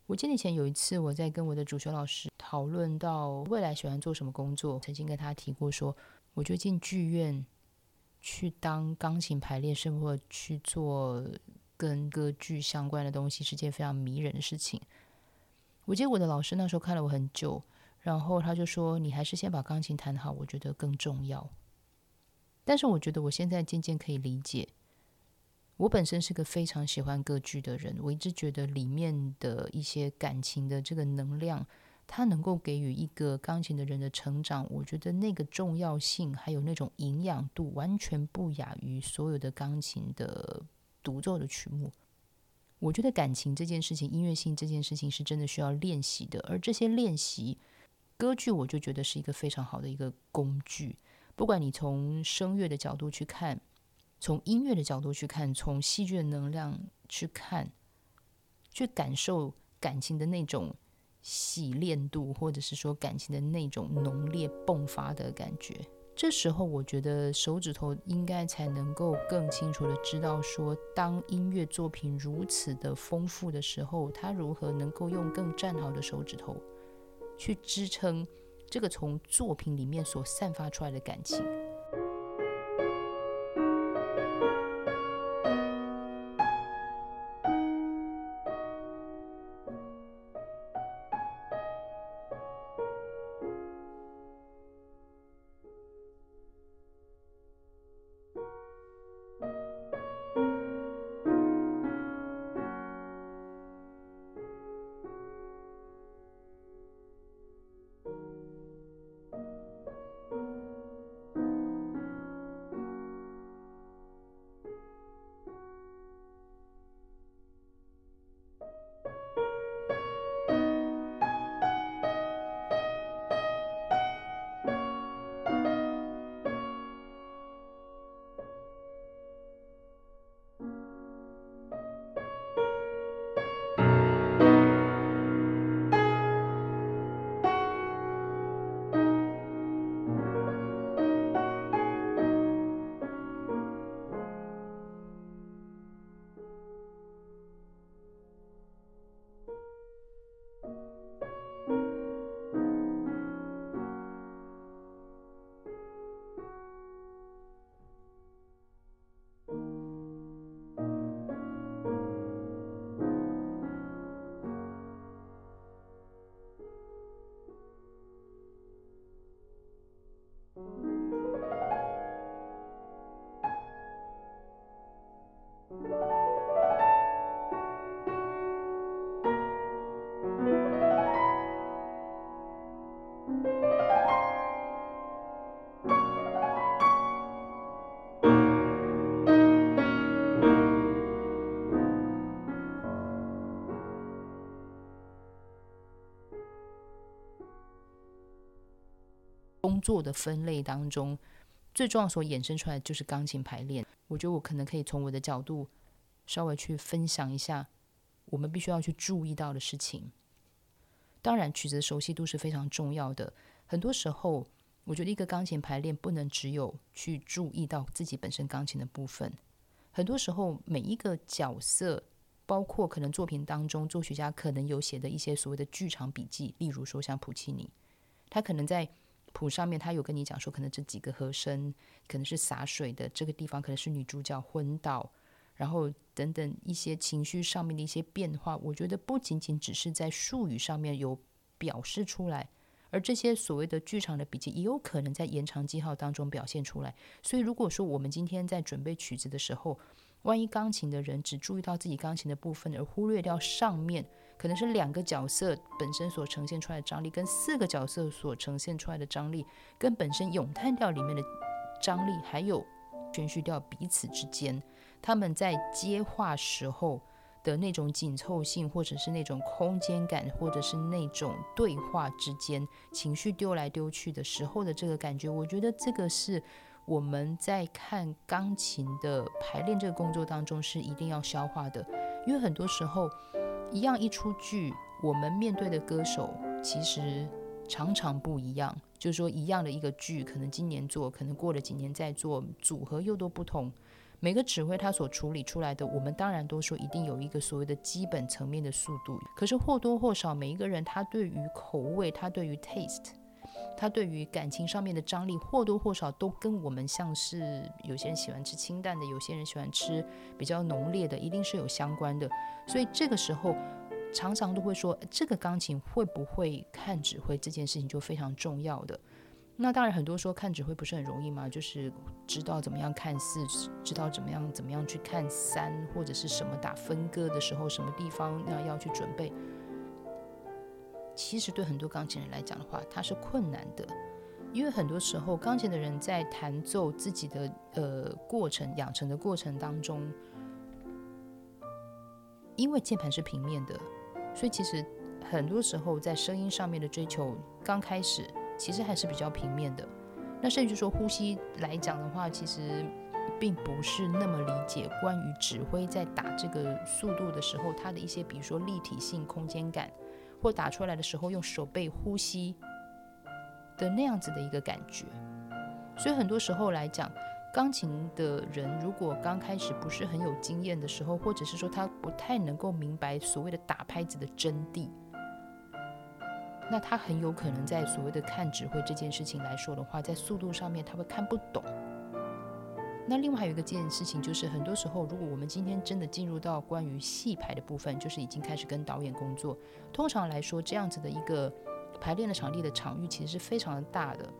我记得以前有一次我在跟我的主修老师讨论到未来喜欢做什么工作，曾经跟他提过说，我觉得进剧院去当钢琴排练师或去做跟歌剧相关的东西是件非常迷人的事情。我记得我的老师那时候看了我很久，然后他就说你还是先把钢琴弹好，我觉得更重要。但是我觉得我现在渐渐可以理解，我本身是个非常喜欢歌剧的人，我一直觉得里面的一些感情的这个能量，它能够给予一个钢琴的人的成长，我觉得那个重要性还有那种营养度完全不亚于所有的钢琴的独奏的曲目。我觉得感情这件事情，音乐性这件事情是真的需要练习的，而这些练习，歌剧我就觉得是一个非常好的一个工具。不管你从声乐的角度去看，从音乐的角度去看，从戏剧的能量去看，去感受感情的那种洗练度，或者是说感情的那种浓烈迸发的感觉。这时候我觉得手指头应该才能够更清楚的知道说，当音乐作品如此的丰富的时候，它如何能够用更站好的手指头去支撑这个从作品里面所散发出来的感情。工作的分类当中，最重要所衍生出来的就是钢琴排练。我觉得我可能可以从我的角度稍微去分享一下我们必须要去注意到的事情。当然曲子的熟悉度是非常重要的，很多时候我觉得一个钢琴排练不能只有去注意到自己本身钢琴的部分，很多时候每一个角色，包括可能作品当中作曲家可能有写的一些所谓的剧场笔记，例如说像普契尼，他可能在谱上面他有跟你讲说，可能这几个和声可能是洒水的，这个地方可能是女主角昏倒，然后等等一些情绪上面的一些变化，我觉得不仅仅只是在术语上面有表示出来，而这些所谓的剧场的笔记也有可能在延长记号当中表现出来。所以如果说我们今天在准备曲子的时候，万一钢琴的人只注意到自己钢琴的部分，而忽略掉上面可能是2个角色本身所呈现出来的张力，跟4个角色所呈现出来的张力，跟本身咏叹调里面的张力，还有宣叙调彼此之间，他们在接话时候的那种紧凑性，或者是那种空间感，或者是那种对话之间情绪丢来丢去的时候的这个感觉，我觉得这个是我们在看钢琴的排练这个工作当中是一定要消化的。因为很多时候一样一出剧，我们面对的歌手其实常常不一样，就是说一样的一个剧，可能今年做，可能过了几年再做，组合又都不同。 每个指挥他所处理出来的，我们当然都说一定有一个所谓的基本层面的速度，可是或多或少每一个人他对于口味，他对于 taste， 他对于感情上面的张力，或多或少都跟我们像是有些人喜欢吃清淡的，有些人喜欢吃比较浓烈的，一定是有相关的。所以这个时候常常都会说，这个钢琴会不会看指挥这件事情就非常重要的。那当然很多说看指挥不是很容易嘛，就是知道怎么样看四，知道怎么样去看三，或者是什么打分割的时候什么地方要去准备。其实对很多钢琴人来讲的话，它是困难的，因为很多时候钢琴的人在弹奏自己的过程养成的过程当中，因为键盘是平面的，所以其实很多时候在声音上面的追求刚开始其实还是比较平面的。那甚至说呼吸来讲的话，其实并不是那么理解关于指挥在打这个速度的时候，它的一些比如说立体性、空间感，或打出来的时候用手背呼吸的那样子的一个感觉。所以很多时候来讲，钢琴的人如果刚开始不是很有经验的时候，或者是说他不太能够明白所谓的打拍子的真谛，那他很有可能在所谓的看指挥这件事情来说的话，在速度上面他会看不懂。那另外还有一件事情，就是很多时候如果我们今天真的进入到关于戏排的部分，就是已经开始跟导演工作，通常来说这样子的一个排练的场地的场域其实是非常的大的。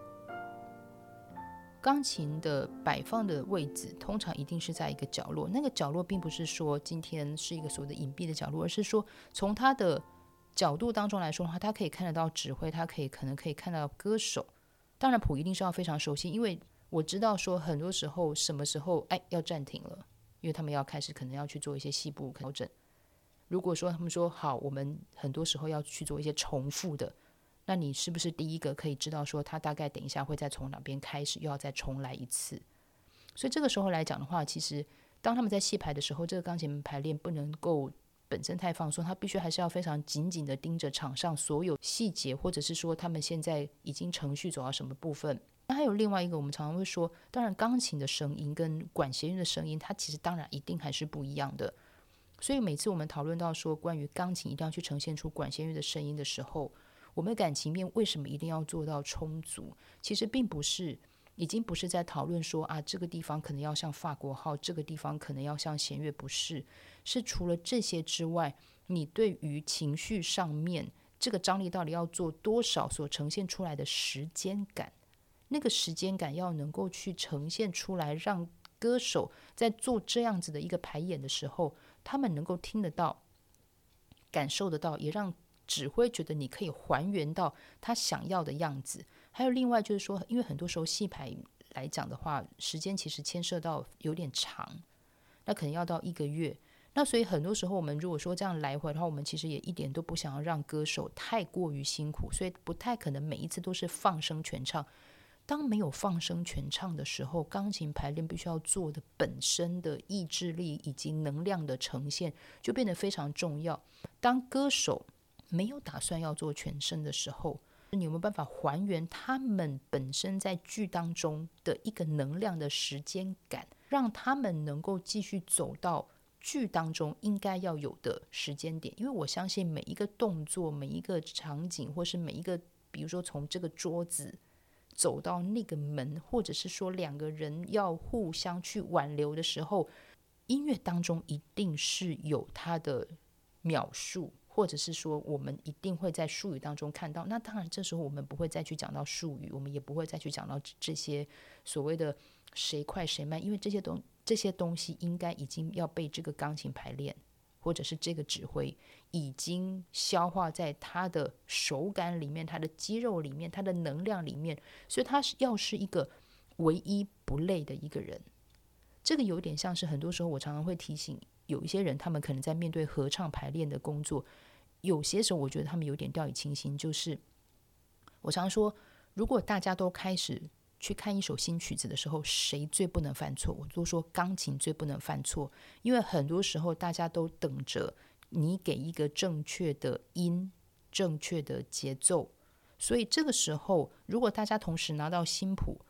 钢琴的摆放的位置通常一定是在一个角落，那个角落并不是说今天是一个所谓的隐蔽的角落，而是说从它的角度当中来说的话，他可以看得到指挥，他可能可以看到歌手。当然谱一定是要非常熟悉，因为我知道说很多时候什么时候要暂停了，因为他们要开始可能要去做一些细部调整。如果说他们说好，我们很多时候要去做一些重复的，那你是不是第一个可以知道说他大概等一下会再从哪边开始，又要再重来一次？所以这个时候来讲的话，其实当他们在细排的时候，这个钢琴排练不能够本身太放松，他必须还是要非常紧紧的盯着场上所有细节，或者是说他们现在已经程序走到什么部分。那还有另外一个，我们常常会说，当然钢琴的声音跟管弦乐的声音，它其实当然一定还是不一样的。所以每次我们讨论到说关于钢琴一定要去呈现出管弦乐的声音的时候，我们感情面为什么一定要做到充足？其实并不是，已经不是在讨论说这个地方可能要像法国号，这个地方可能要像弦乐，不是，是除了这些之外，你对于情绪上面这个张力到底要做多少所呈现出来的时间感，那个时间感要能够去呈现出来，让歌手在做这样子的一个排演的时候，他们能够听得到、感受得到，也让指挥觉得你可以还原到他想要的样子。还有另外就是说，因为很多时候戏排来讲的话，时间其实牵涉到有点长，那可能要到1个月。那所以很多时候我们如果说这样来回的话，我们其实也一点都不想要让歌手太过于辛苦，所以不太可能每一次都是放声全唱。当没有放声全唱的时候，钢琴排练必须要做的本身的意志力以及能量的呈现就变得非常重要。当歌手没有打算要做全身的时候，你有没有办法还原他们本身在剧当中的一个能量的时间感，让他们能够继续走到剧当中应该要有的时间点？因为我相信每一个动作、每一个场景，或是每一个比如说从这个桌子走到那个门，或者是说2个人要互相去挽留的时候，音乐当中一定是有它的描述，或者是说我们一定会在术语当中看到。那当然这时候我们不会再去讲到术语，我们也不会再去讲到这些所谓的谁快谁慢，因为这些东西应该已经要被这个钢琴排练或者是这个指挥已经消化在他的手感里面，他的肌肉里面，他的能量里面，所以他要是一个唯一不累的一个人。这个有点像是很多时候我常常会提醒有一些人，他们可能在面对合唱排练的工作，有些时候我觉得他们有点掉以轻心。就是我常说，如果大家都开始去看一首新曲子的时候，谁最不能犯错？我都说钢琴最不能犯错，因为很多时候大家都等着你给一个正确的音、正确的节奏，所以这个时候如果大家同时拿到新谱，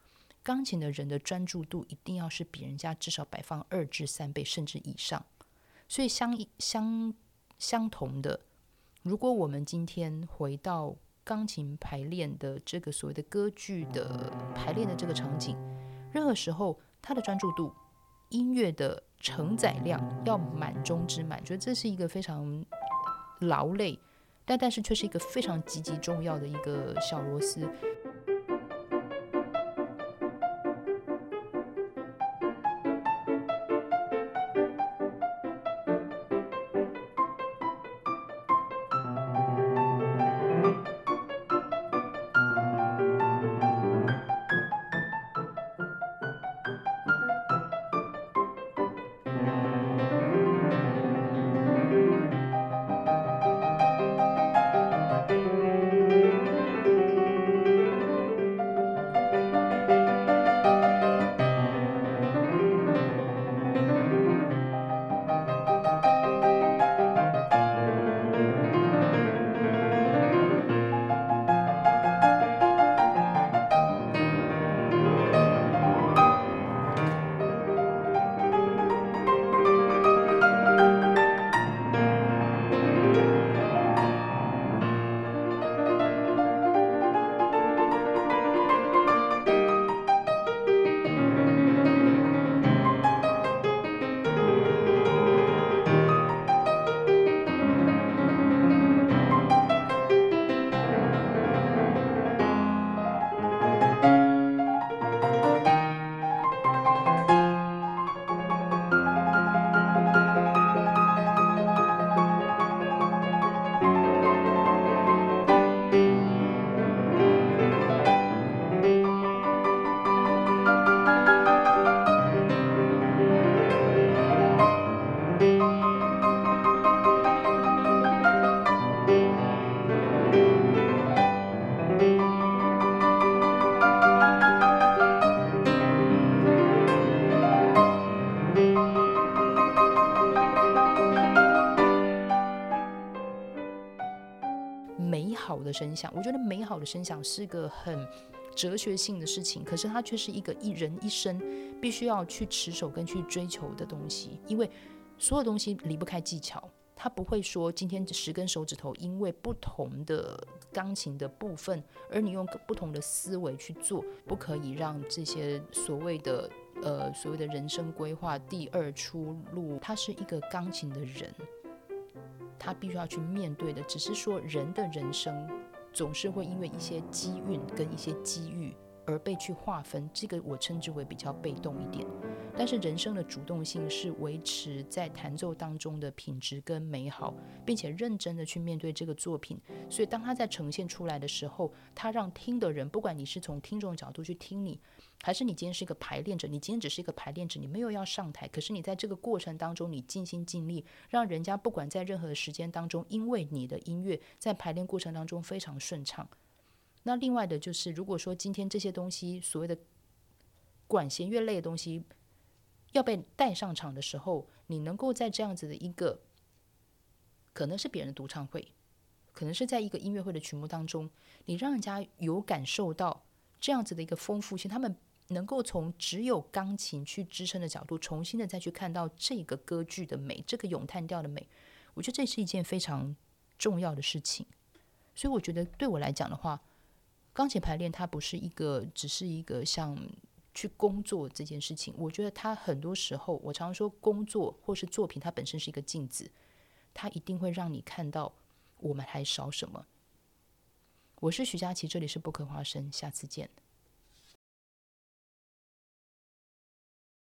钢琴的人的专注度一定要是比人家至少摆放2至3倍甚至以上。所以相同的，如果我们今天回到钢琴排练的这个所谓的歌剧的排练的这个场景，任何时候他的专注度、音乐的承载量要满中之满，觉得这是一个非常劳累，但是却是一个非常极其重要的一个小螺丝。美好的声响，我觉得美好的声响是个很哲学性的事情，可是它却是一个一人一生必须要去持守跟去追求的东西，因为所有东西离不开技巧。他不会说今天10根手指头因为不同的钢琴的部分，而你用不同的思维去做，不可以让这些所谓的人生规划第2出路。他是一个钢琴的人，他必须要去面对的，只是说人的人生总是会因为一些机运跟一些机遇而被去划分，这个我称之为比较被动一点。但是人生的主动性是维持在弹奏当中的品质跟美好，并且认真的去面对这个作品。所以当它在呈现出来的时候，它让听的人，不管你是从听众的角度去听你，还是你今天是一个排练者，你今天只是一个排练者，你没有要上台，可是你在这个过程当中你尽心尽力，让人家不管在任何的时间当中，因为你的音乐在排练过程当中非常顺畅。那另外的就是，如果说今天这些东西所谓的管弦乐类的东西要被带上场的时候，你能够在这样子的一个可能是别人的独唱会，可能是在一个音乐会的曲目当中，你让人家有感受到这样子的一个丰富性，他们能够从只有钢琴去支撑的角度，重新的再去看到这个歌剧的美，这个咏叹调的美，我觉得这是一件非常重要的事情。所以我觉得对我来讲的话，钢琴排练它不是只是一个像去工作这件事情，我觉得它很多时候，我常说工作或是作品它本身是一个镜子，它一定会让你看到我们还少什么。我是徐佳琪，这里是不可花生，下次见。